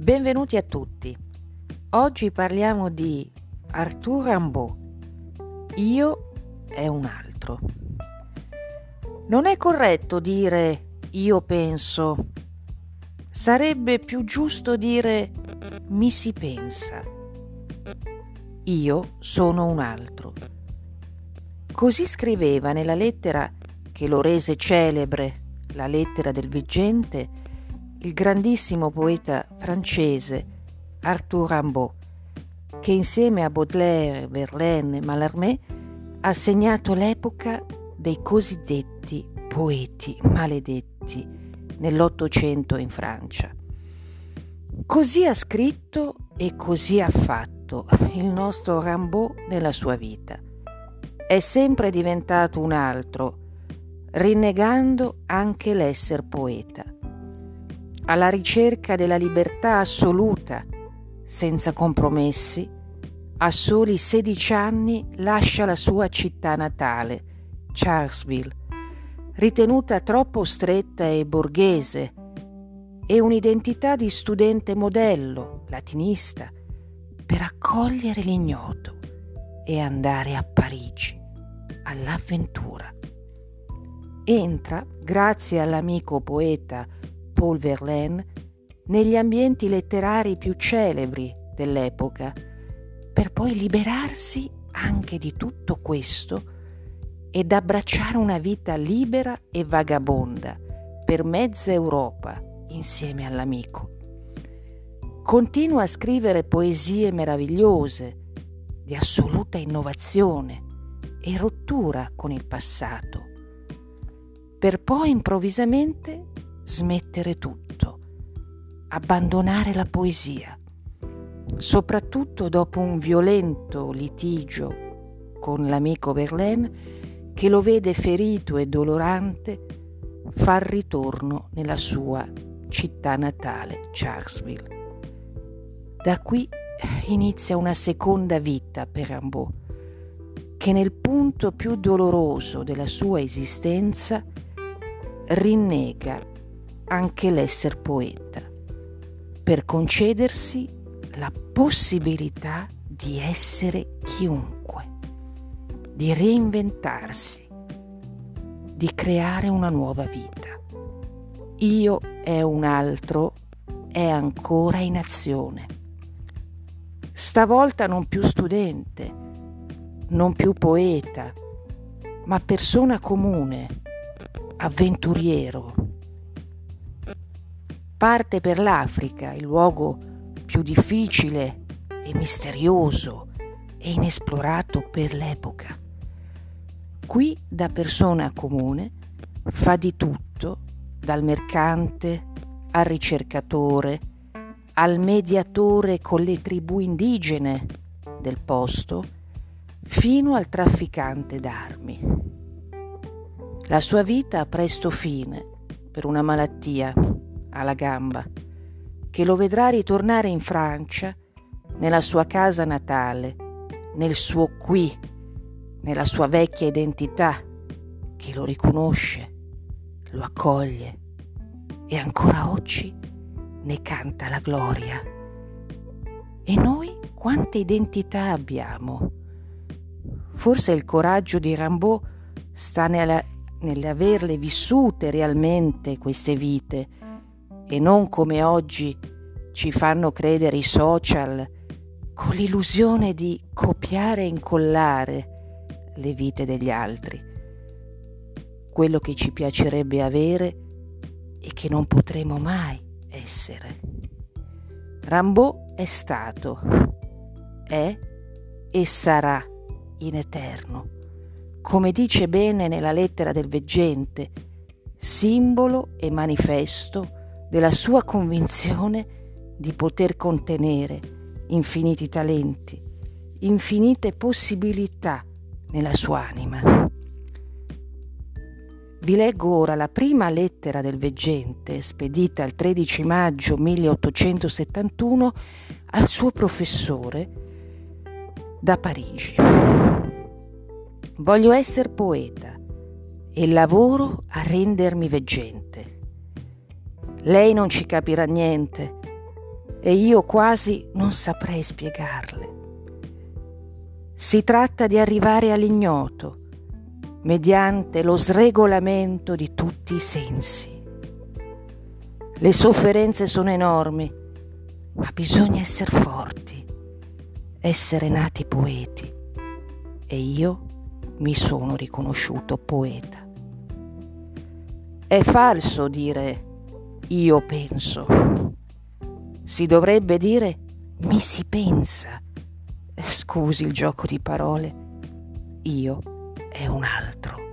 Benvenuti a tutti. Oggi parliamo di Arthur Rimbaud. Io è un altro. Non è corretto dire io penso. Sarebbe più giusto dire mi si pensa. Io sono un altro. Così scriveva nella lettera che lo rese celebre, la lettera del veggente, il grandissimo poeta francese Arthur Rimbaud, che insieme a Baudelaire, Verlaine e Mallarmé ha segnato l'epoca dei cosiddetti poeti maledetti nell'Ottocento in Francia. Così ha scritto e così ha fatto il nostro Rimbaud nella sua vita. È sempre diventato un altro, rinnegando anche l'essere poeta. Alla ricerca della libertà assoluta, senza compromessi, a soli 16 anni lascia la sua città natale, Charlesville, ritenuta troppo stretta e borghese, e un'identità di studente modello, latinista, per accogliere l'ignoto e andare a Parigi, all'avventura. Entra, grazie all'amico poeta Paul Verlaine, negli ambienti letterari più celebri dell'epoca, per poi liberarsi anche di tutto questo ed abbracciare una vita libera e vagabonda per mezza Europa insieme all'amico. Continua a scrivere poesie meravigliose, di assoluta innovazione e rottura con il passato, per poi improvvisamente smettere tutto, abbandonare la poesia, soprattutto dopo un violento litigio con l'amico Verlaine che lo vede ferito e dolorante far ritorno nella sua città natale, Charlesville. Da qui inizia una seconda vita per Rimbaud, che nel punto più doloroso della sua esistenza rinnega anche l'essere poeta, per concedersi la possibilità di essere chiunque, di reinventarsi, di creare una nuova vita. Io è un altro, è ancora in azione. Stavolta non più studente, non più poeta, ma persona comune, avventuriero. Parte per l'Africa, il luogo più difficile e misterioso e inesplorato per l'epoca. Qui, da persona comune, fa di tutto, dal mercante al ricercatore, al mediatore con le tribù indigene del posto, fino al trafficante d'armi. La sua vita ha presto fine per una malattia alla gamba, che lo vedrà ritornare in Francia, nella sua casa natale, nel suo qui, nella sua vecchia identità, che lo riconosce, lo accoglie e ancora oggi ne canta la gloria. E noi quante identità abbiamo? Forse il coraggio di Rimbaud sta nell'averle vissute realmente queste vite, e non come oggi ci fanno credere i social, con l'illusione di copiare e incollare le vite degli altri. Quello che ci piacerebbe avere e che non potremo mai essere. Rimbaud è stato, è e sarà in eterno, come dice bene nella lettera del veggente, simbolo e manifesto della sua convinzione di poter contenere infiniti talenti, infinite possibilità nella sua anima. Vi leggo ora la prima lettera del veggente, spedita il 13 maggio 1871 al suo professore da Parigi. Voglio essere poeta e lavoro a rendermi veggente. Lei non ci capirà niente, e io quasi non saprei spiegarle. Si tratta di arrivare all'ignoto mediante lo sregolamento di tutti i sensi. Le sofferenze sono enormi, ma bisogna essere forti, essere nati poeti, e io mi sono riconosciuto poeta. È falso dire io penso. Si dovrebbe dire mi si pensa. Scusi il gioco di parole. Io è un altro.